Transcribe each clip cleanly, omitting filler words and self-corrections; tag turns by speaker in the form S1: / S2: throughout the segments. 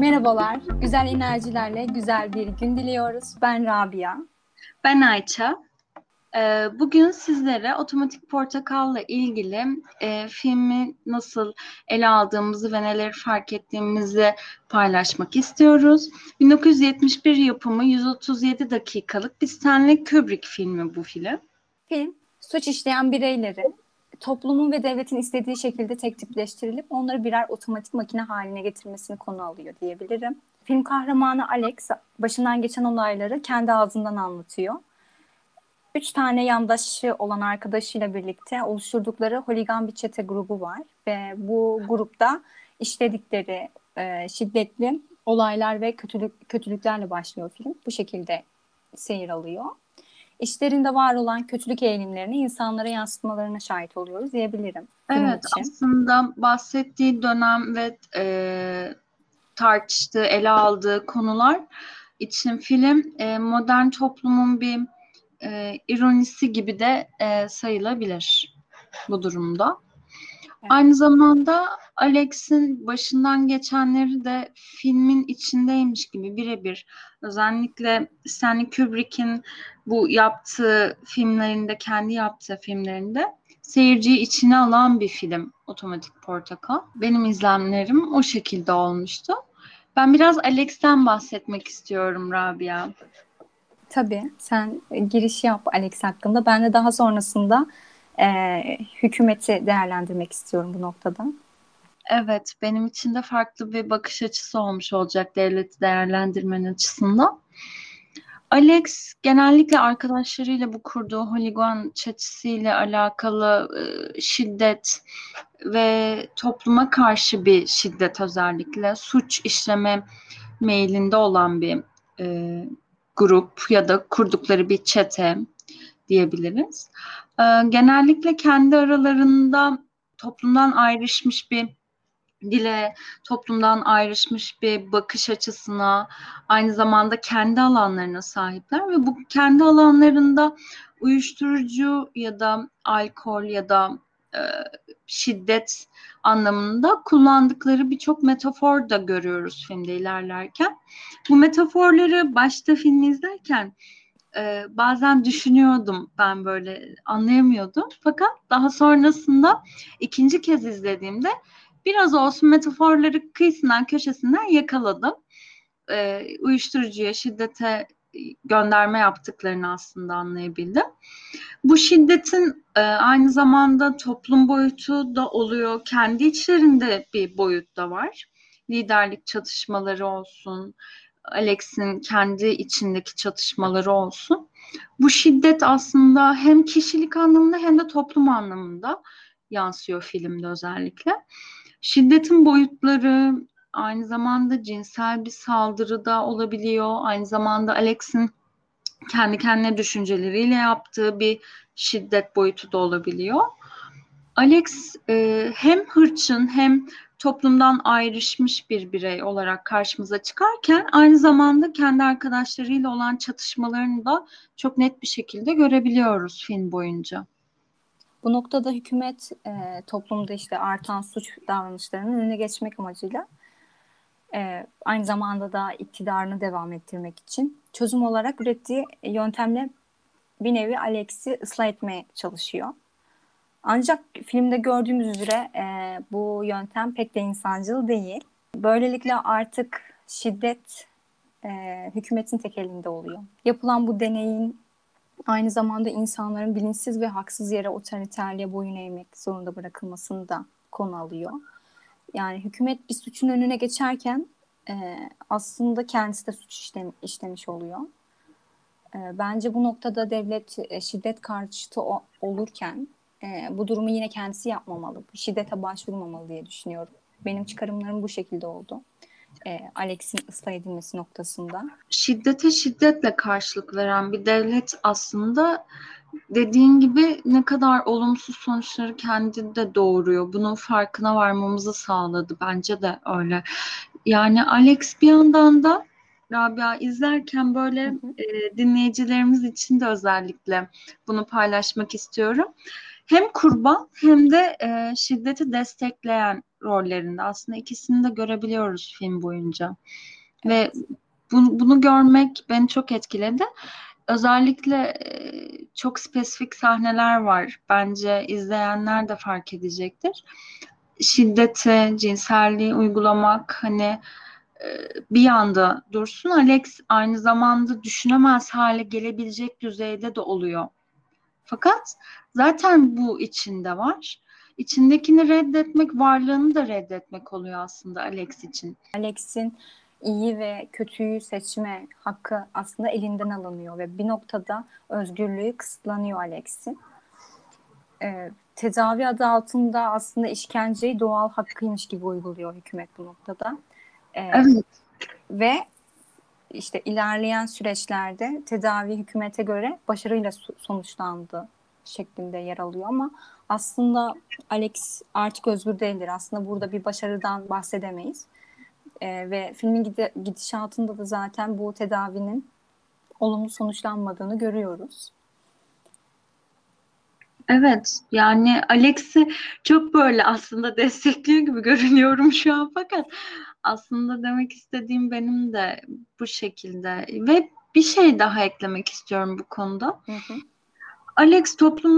S1: Merhabalar, güzel enerjilerle güzel bir gün diliyoruz. Ben Rabia.
S2: Ben Ayça. Bugün sizlere Otomatik Portakal'la ilgili filmi nasıl ele aldığımızı ve neleri fark ettiğimizi paylaşmak istiyoruz. 1971 yapımı 137 dakikalık bir Stanley Kubrick filmi bu film.
S1: Film, suç işleyen bireyleri toplumun ve devletin istediği şekilde tek tipleştirilip onları birer otomatik makine haline getirmesini konu alıyor diyebilirim. Film kahramanı Alex, başından geçen olayları kendi ağzından anlatıyor. 3 tane yandaşı olan arkadaşıyla birlikte oluşturdukları holigan bir çete grubu var ve bu grupta işledikleri şiddetli olaylar ve kötülüklerle başlıyor film. Bu şekilde seyir alıyor. İşlerinde var olan kötülük eğilimlerini insanlara yansıtmalarına şahit oluyoruz diyebilirim film
S2: Evet,
S1: için.
S2: aslında bahsettiği dönem ve tartıştığı, ele aldığı konular için film modern toplumun bir ironisi gibi de sayılabilir bu durumda.
S1: Evet.
S2: Aynı zamanda Alex'in başından geçenleri de filmin içindeymiş gibi birebir. Özellikle Stanley Kubrick'in bu yaptığı filmlerinde, kendi yaptığı filmlerinde seyirciyi içine alan bir film Otomatik Portakal. Benim izlemlerim o şekilde olmuştu. Ben biraz Alex'ten bahsetmek istiyorum Rabia.
S1: Tabii sen giriş yap Alex hakkında. Ben de daha sonrasında hükümeti değerlendirmek istiyorum bu noktada.
S2: Evet, benim için de farklı bir bakış açısı olmuş olacak devleti değerlendirmenin açısından. Alex genellikle arkadaşlarıyla bu kurduğu holigan çetesiyle alakalı şiddet ve topluma karşı bir şiddet, özellikle suç işleme meylinde olan bir grup ya da kurdukları bir çete diyebiliriz. Genellikle kendi aralarında toplumdan ayrışmış bir dile, toplumdan ayrışmış bir bakış açısına, aynı zamanda kendi alanlarına sahipler ve bu kendi alanlarında uyuşturucu ya da alkol ya da e, şiddet anlamında kullandıkları birçok metafor da görüyoruz filmde ilerlerken. Bu metaforları başta filmi izlerken bazen düşünüyordum, ben böyle anlayamıyordum. Fakat daha sonrasında ikinci kez izlediğimde biraz olsun metaforları kıyısından köşesinden yakaladım. Uyuşturucuya, şiddete gönderme yaptıklarını aslında anlayabildim. Bu şiddetin aynı zamanda toplum boyutu da oluyor. Kendi içlerinde bir boyut da var. Liderlik çatışmaları olsun, Alex'in kendi içindeki çatışmaları olsun. Bu şiddet aslında hem kişilik anlamında hem de toplum anlamında yansıyor filmde özellikle. Şiddetin boyutları aynı zamanda cinsel bir saldırı da olabiliyor. Aynı zamanda Alex'in kendi kendine düşünceleriyle yaptığı bir şiddet boyutu da olabiliyor. Alex hem hırçın hem toplumdan ayrışmış bir birey olarak karşımıza çıkarken aynı zamanda kendi arkadaşlarıyla olan çatışmalarını da çok net bir şekilde görebiliyoruz film boyunca.
S1: Bu noktada hükümet toplumda işte artan suç davranışlarının önüne geçmek amacıyla aynı zamanda da iktidarını devam ettirmek için çözüm olarak ürettiği yöntemle bir nevi Alex'i ıslah etmeye çalışıyor. Ancak filmde gördüğümüz üzere bu yöntem pek de insancıl değil. Böylelikle artık şiddet hükümetin tek elinde oluyor. Yapılan bu deneyin aynı zamanda insanların bilinçsiz ve haksız yere otoriterliğe boyun eğmek zorunda bırakılmasını da konu alıyor. Yani hükümet bir suçun önüne geçerken aslında kendisi de suç işlemiş oluyor. Bence bu noktada devlet şiddet karşıtı olurken bu durumu yine kendisi yapmamalı. Şiddete başvurmamalı diye düşünüyorum. Benim çıkarımlarım bu şekilde oldu. Alex'in ıslah edilmesi noktasında.
S2: Şiddete şiddetle karşılık veren bir devlet aslında, dediğin gibi, ne kadar olumsuz sonuçları kendi de doğuruyor. Bunun farkına varmamızı sağladı. Bence de öyle. Yani Alex bir yandan da, Rabia, izlerken
S1: Hı
S2: böyle
S1: hı.
S2: dinleyicilerimiz için de özellikle bunu paylaşmak istiyorum. Hem kurban hem de şiddeti destekleyen rollerinde. Aslında ikisini de görebiliyoruz film boyunca. Ve
S1: Evet.
S2: bunu görmek beni çok etkiledi. Özellikle çok spesifik sahneler var. Bence izleyenler de fark edecektir. Şiddeti, cinselliği uygulamak hani bir yanda dursun, Alex aynı zamanda düşünemez hale gelebilecek düzeyde de oluyor. Fakat zaten bu içinde var. İçindekini reddetmek, varlığını da reddetmek oluyor aslında Alex için.
S1: Alex'in iyi ve kötüyü seçme hakkı aslında elinden alınıyor ve bir noktada özgürlüğü kısıtlanıyor Alex'in. Tedavi adı altında aslında işkenceyi doğal hakkıymış gibi uyguluyor hükümet bu noktada.
S2: Evet,
S1: Ve işte ilerleyen süreçlerde tedavi hükümete göre başarıyla sonuçlandı şeklinde yer alıyor ama aslında Alex artık özgür değildir. Aslında burada bir başarıdan bahsedemeyiz. Ve filmin gidişatında da zaten bu tedavinin olumlu sonuçlanmadığını görüyoruz.
S2: evet. Yani Alex'i çok böyle aslında destekliyor gibi görünüyorum şu an, fakat aslında demek istediğim benim de bu şekilde. Ve bir şey daha eklemek istiyorum bu konuda.
S1: Hı hı.
S2: Alex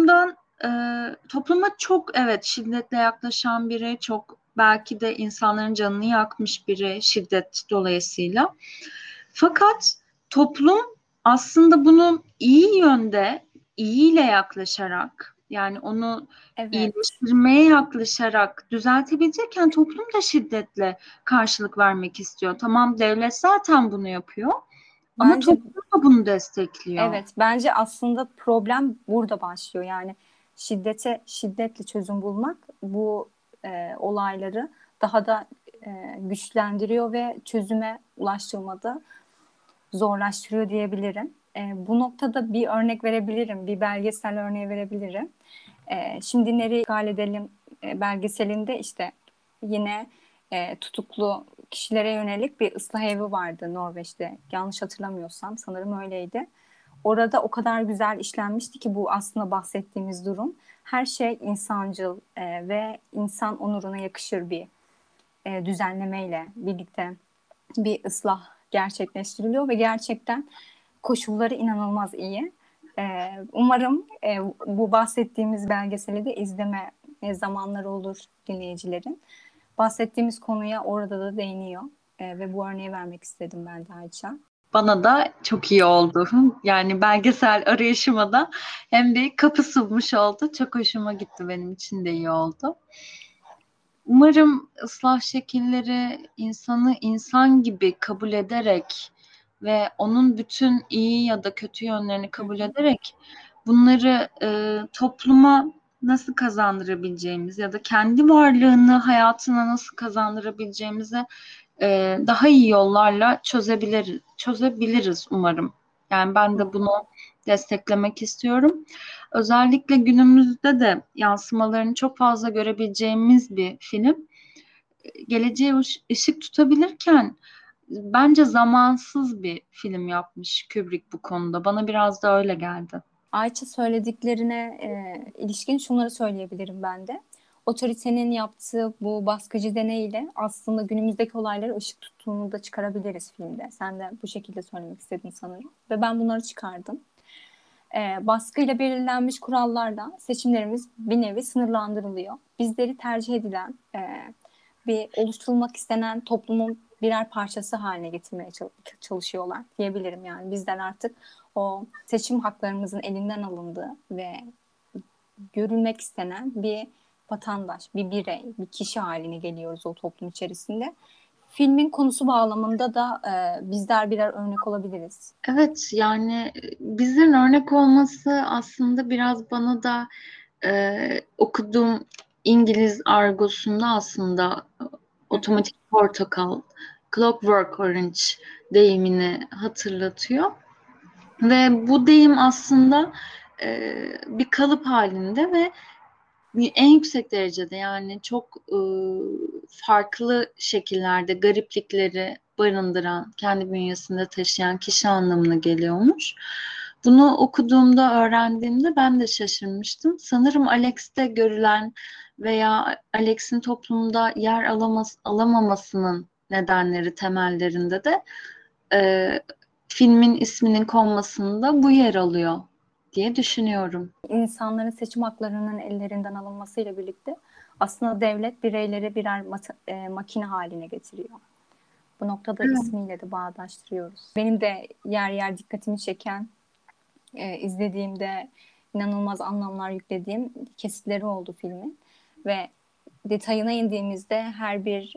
S2: topluma çok, evet, şiddetle yaklaşan biri, çok belki de insanların canını yakmış biri şiddet dolayısıyla. Fakat toplum aslında bunu iyi yönde, iyiyle yaklaşarak, yani onu
S1: Evet.
S2: iyileştirmeye yaklaşarak düzeltebilecekken toplum da şiddetle karşılık vermek istiyor. Tamam, devlet zaten bunu yapıyor ama
S1: Bence
S2: toplum da bunu destekliyor.
S1: evet, bence aslında problem burada başlıyor. Yani şiddetle çözüm bulmak bu olayları daha da güçlendiriyor ve çözüme ulaştırmada zorlaştırıyor diyebilirim. Bu noktada bir örnek verebilirim, bir belgesel örneği verebilirim. Şimdi Nereye İşgal Edelim belgeselinde işte yine tutuklu kişilere yönelik bir ıslah evi vardı Norveç'te. Yanlış hatırlamıyorsam sanırım öyleydi. Orada o kadar güzel işlenmişti ki bu aslında bahsettiğimiz durum. Her şey insancıl ve insan onuruna yakışır bir düzenlemeyle birlikte bir ıslah gerçekleştiriliyor ve gerçekten koşulları inanılmaz iyi. Umarım bu bahsettiğimiz belgeseli de izleme zamanları olur dinleyicilerin. Bahsettiğimiz konuya orada da değiniyor ve bu örneği vermek istedim ben de Ayça.
S2: Bana da çok iyi oldu. Yani belgesel arayışıma da hem bir kapı sunmuş oldu. Çok hoşuma gitti, benim için de iyi oldu. Umarım ıslah şekilleri insanı insan gibi kabul ederek ve onun bütün iyi ya da kötü yönlerini
S1: Hı
S2: kabul
S1: hı.
S2: ederek bunları topluma nasıl kazandırabileceğimiz ya da kendi varlığını hayatına nasıl kazandırabileceğimizi daha iyi yollarla çözebiliriz umarım. Yani ben
S1: Hı
S2: de
S1: hı.
S2: bunu desteklemek istiyorum. Özellikle günümüzde de yansımalarını çok fazla görebileceğimiz bir film. Geleceğe ışık tutabilirken bence zamansız bir film yapmış Kubrick bu konuda. Bana biraz da öyle geldi.
S1: Ayça söylediklerine ilişkin şunları söyleyebilirim ben de. Otoritenin yaptığı bu baskıcı deneyle aslında günümüzdeki olayları ışık tuttuğunu da çıkarabiliriz filmde. Sen de bu şekilde söylemek istedin sanırım. Ve ben bunları çıkardım. Baskıyla belirlenmiş kurallardan seçimlerimiz bir nevi sınırlandırılıyor. Bizleri tercih edilen, bir oluşturulmak istenen toplumun birer parçası haline getirmeye çalışıyorlar diyebilirim. Yani bizler artık o seçim haklarımızın elinden alındığı ve görülmek istenen bir vatandaş, bir birey, bir kişi haline geliyoruz o toplum içerisinde. Filmin konusu bağlamında da bizler birer örnek olabiliriz.
S2: Evet, yani bizlerin örnek olması aslında biraz bana da okuduğum İngiliz argosunda aslında
S1: Hı hı.
S2: otomatik portakal, clockwork orange deyimini hatırlatıyor. Ve bu deyim aslında bir kalıp halinde ve en yüksek derecede, yani çok farklı şekillerde gariplikleri barındıran, kendi bünyesinde taşıyan kişi anlamına geliyormuş. Bunu okuduğumda, öğrendiğimde ben de şaşırmıştım. Sanırım Alex'te görülen veya Alex'in toplumda yer alamamasının nedenleri temellerinde de e, filmin isminin konmasında bu yer alıyor diye düşünüyorum.
S1: İnsanların seçim haklarının ellerinden alınmasıyla birlikte aslında devlet bireyleri birer makine haline getiriyor. Bu noktada
S2: Evet.
S1: ismiyle de bağdaştırıyoruz. Benim de yer yer dikkatimi çeken, izlediğimde inanılmaz anlamlar yüklediğim kesitleri oldu filmin. Ve detayına indiğimizde her bir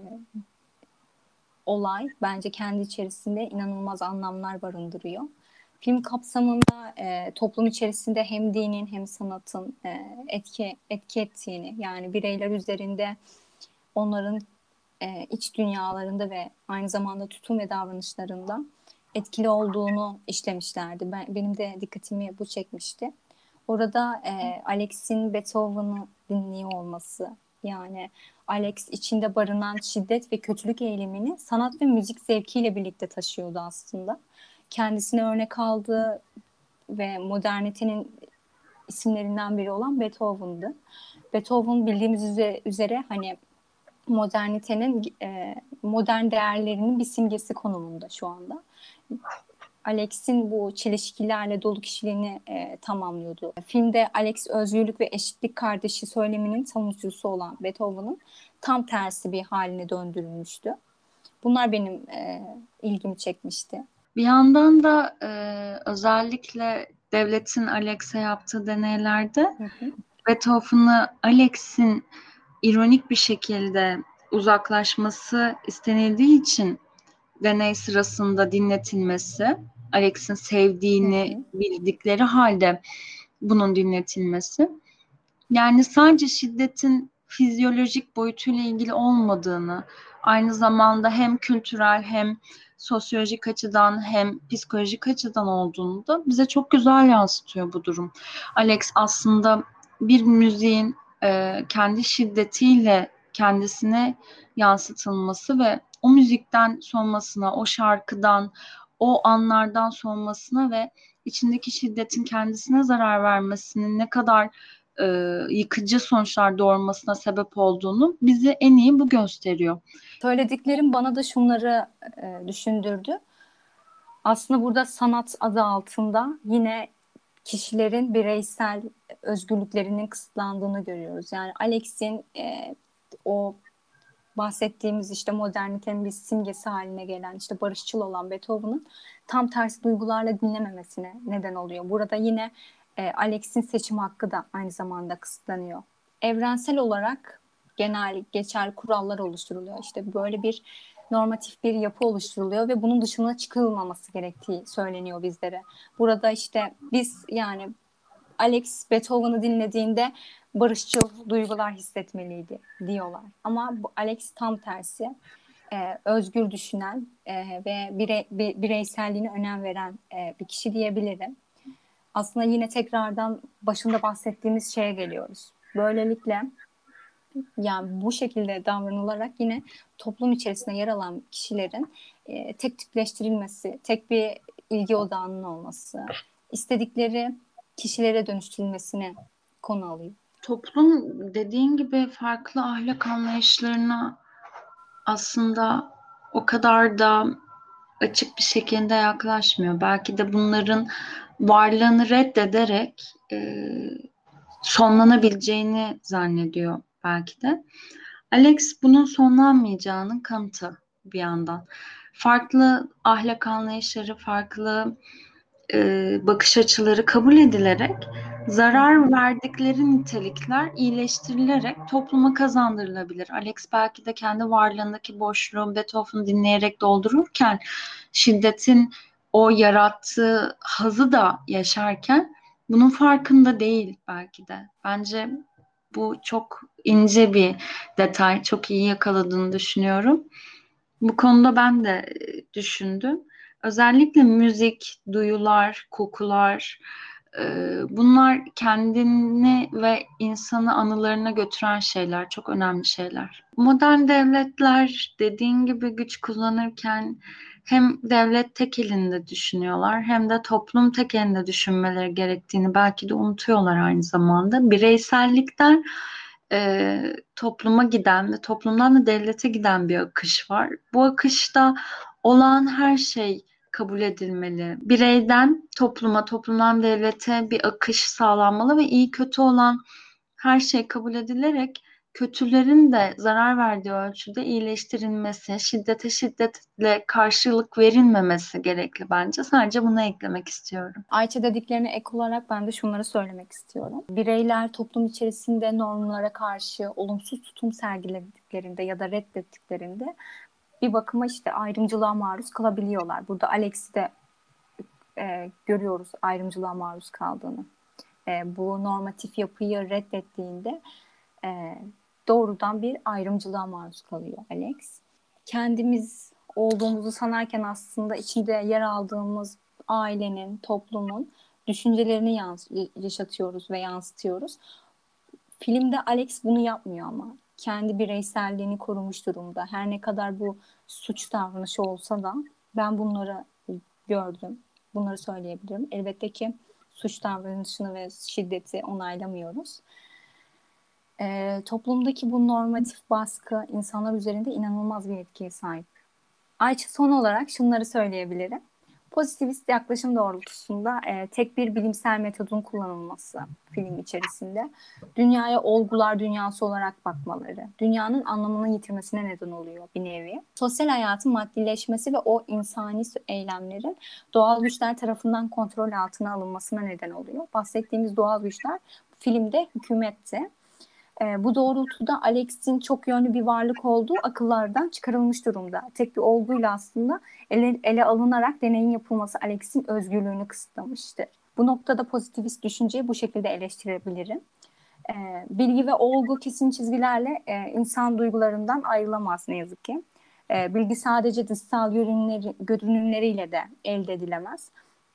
S1: olay bence kendi içerisinde inanılmaz anlamlar barındırıyor. Film kapsamında toplum içerisinde hem dinin hem sanatın etki ettiğini, yani bireyler üzerinde, onların iç dünyalarında ve aynı zamanda tutum ve davranışlarında etkili olduğunu işlemişlerdi. Benim de dikkatimi bu çekmişti. Orada Alex'in Beethoven'ı dinliyor olması, yani Alex içinde barınan şiddet ve kötülük eğilimini sanat ve müzik zevkiyle birlikte taşıyordu aslında. Kendisine örnek aldığı ve modernitenin isimlerinden biri olan Beethoven'dı. Beethoven bildiğimiz üzere hani modernitenin modern değerlerinin bir simgesi konumunda şu anda. Alex'in bu çelişkilerle dolu kişiliğini tamamlıyordu. Filmde Alex özgürlük ve eşitlik kardeşi söyleminin savunucusu olan Beethoven'ın tam tersi bir haline döndürülmüştü. Bunlar benim ilgimi çekmişti.
S2: Bir yandan da özellikle devletin Alex'e yaptığı deneylerde
S1: Hı hı.
S2: Beethoven'ı Alex'in ironik bir şekilde uzaklaşması istenildiği için deney sırasında dinletilmesi, Alex'in
S1: Hı
S2: sevdiğini
S1: hı.
S2: bildikleri halde bunun dinletilmesi, yani sadece şiddetin fizyolojik boyutuyla ilgili olmadığını, aynı zamanda hem kültürel hem sosyolojik açıdan hem psikolojik açıdan olduğunu da bize çok güzel yansıtıyor bu durum. Alex aslında bir müziğin kendi şiddetiyle kendisine yansıtılması ve o müzikten sonmasına, o şarkıdan, o anlardan sonmasına ve içindeki şiddetin kendisine zarar vermesinin ne kadar yıkıcı sonuçlar doğurmasına sebep olduğunu bize en iyi bu gösteriyor.
S1: Söylediklerim bana da şunları düşündürdü. Aslında burada sanat adı altında yine kişilerin bireysel özgürlüklerinin kısıtlandığını görüyoruz. Yani Alex'in o bahsettiğimiz işte modernitenin bir simgesi haline gelen, işte barışçıl olan Beethoven'ın tam tersi duygularla dinlememesine neden oluyor. Burada yine Alex'in seçim hakkı da aynı zamanda kısıtlanıyor. Evrensel olarak genel geçer kurallar oluşturuluyor. İşte böyle bir normatif bir yapı oluşturuluyor ve bunun dışına çıkılmaması gerektiği söyleniyor bizlere. Burada işte biz, yani Alex Beethoven'ı dinlediğinde barışçıl duygular hissetmeliydi diyorlar. Ama bu Alex tam tersi, özgür düşünen ve bireyselliğine önem veren bir kişi diyebilirim. Aslında yine tekrardan başında bahsettiğimiz şeye geliyoruz. Böylelikle, yani bu şekilde davranılarak yine toplum içerisinde yer alan kişilerin tek tipleştirilmesi, tek bir ilgi odağının olması, istedikleri kişilere dönüştürülmesine konu alıyor.
S2: Toplum dediğin gibi farklı ahlak anlayışlarına aslında o kadar da açık bir şekilde yaklaşmıyor. Belki de bunların varlığını reddederek sonlanabileceğini zannediyor belki de. Alex bunun sonlanmayacağının kanıtı bir yandan. Farklı ahlak anlayışları, farklı bakış açıları kabul edilerek zarar verdikleri nitelikler iyileştirilerek topluma kazandırılabilir. Alex belki de kendi varlığındaki boşluğu Beethoven dinleyerek doldururken şiddetin o yarattığı hazı da yaşarken bunun farkında değil belki de. Bence bu çok ince bir detay. Çok iyi yakaladığını düşünüyorum. Bu konuda ben de düşündüm. Özellikle müzik, duyular, kokular, Bunlar kendini ve insanı anılarına götüren şeyler, çok önemli şeyler. Modern devletler dediğin gibi güç kullanırken hem devlet tek elinde düşünüyorlar hem de toplum tek elinde düşünmeleri gerektiğini belki de unutuyorlar aynı zamanda. Bireysellikten topluma giden ve toplumdan da devlete giden bir akış var. Bu akışta olan her şey kabul edilmeli. Bireyden topluma, toplumdan devlete bir akış sağlanmalı ve iyi kötü olan her şey kabul edilerek kötülerin de zarar verdiği ölçüde iyileştirilmesi, şiddete şiddetle karşılık verilmemesi gerekli bence. Sadece bunu eklemek istiyorum.
S1: Ayça dediklerine ek olarak ben de şunları söylemek istiyorum. Bireyler toplum içerisinde normlara karşı olumsuz tutum sergilediklerinde ya da reddettiklerinde bir bakıma işte ayrımcılığa maruz kalabiliyorlar. Burada Alex'i de görüyoruz ayrımcılığa maruz kaldığını. Bu normatif yapıyı reddettiğinde doğrudan bir ayrımcılığa maruz kalıyor Alex. Kendimiz olduğumuzu sanarken aslında içinde yer aldığımız ailenin, toplumun düşüncelerini yaşatıyoruz ve yansıtıyoruz. Filmde Alex bunu yapmıyor ama. Kendi bireyselliğini korumuş durumda. Her ne kadar bu suç davranışı olsa da ben bunları gördüm. Bunları söyleyebilirim. Elbette ki suç davranışını ve şiddeti onaylamıyoruz. Toplumdaki bu normatif baskı insanlar üzerinde inanılmaz bir etkiye sahip. Ayça son olarak şunları söyleyebilirim. Pozitivist yaklaşım doğrultusunda tek bir bilimsel metodun kullanılması film içerisinde dünyaya olgular dünyası olarak bakmaları, dünyanın anlamını yitirmesine neden oluyor bir nevi. Sosyal hayatın maddileşmesi ve o insani eylemlerin doğal güçler tarafından kontrol altına alınmasına neden oluyor. Bahsettiğimiz doğal güçler filmde hükümetti. Bu doğrultuda Alex'in çok yönlü bir varlık olduğu akıllardan çıkarılmış durumda. Tek bir olguyla aslında ele alınarak deneyin yapılması Alex'in özgürlüğünü kısıtlamıştır. Bu noktada pozitivist düşünceyi bu şekilde eleştirebilirim. Bilgi ve olgu kesin çizgilerle insan duygularından ayrılamaz ne yazık ki. Bilgi sadece dışsal görünümleriyle de elde edilemez.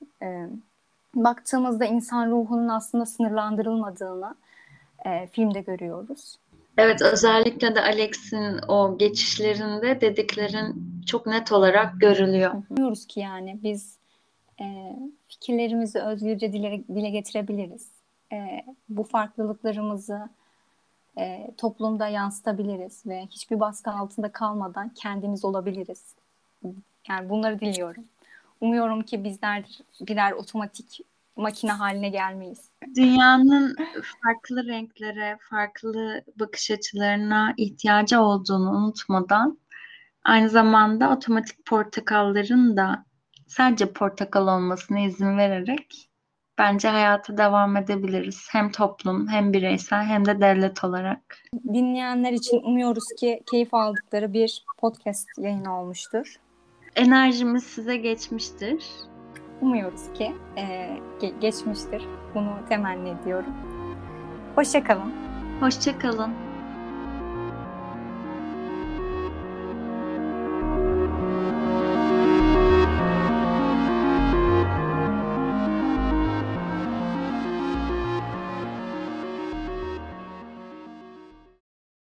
S1: Baktığımızda insan ruhunun aslında sınırlandırılmadığını filmde görüyoruz.
S2: Evet, özellikle de Alex'in o geçişlerinde dediklerin çok net olarak görülüyor.
S1: Biliyoruz ki yani biz fikirlerimizi özgürce dile getirebiliriz. Bu farklılıklarımızı toplumda yansıtabiliriz ve hiçbir baskı altında kalmadan kendimiz olabiliriz. Yani bunları diliyorum. Umuyorum ki bizler birer otomatik makine haline gelmeyiz.
S2: Dünyanın farklı renklere, farklı bakış açılarına ihtiyacı olduğunu unutmadan aynı zamanda otomatik portakalların da sadece portakal olmasına izin vererek bence hayata devam edebiliriz. Hem toplum, hem bireysel, hem de devlet olarak.
S1: Dinleyenler için umuyoruz ki keyif aldıkları bir podcast yayını olmuştur.
S2: Enerjimiz size geçmiştir.
S1: Umuyoruz ki geçmiştir. Bunu temenni ediyorum. Hoşça kalın.
S2: Hoşça kalın.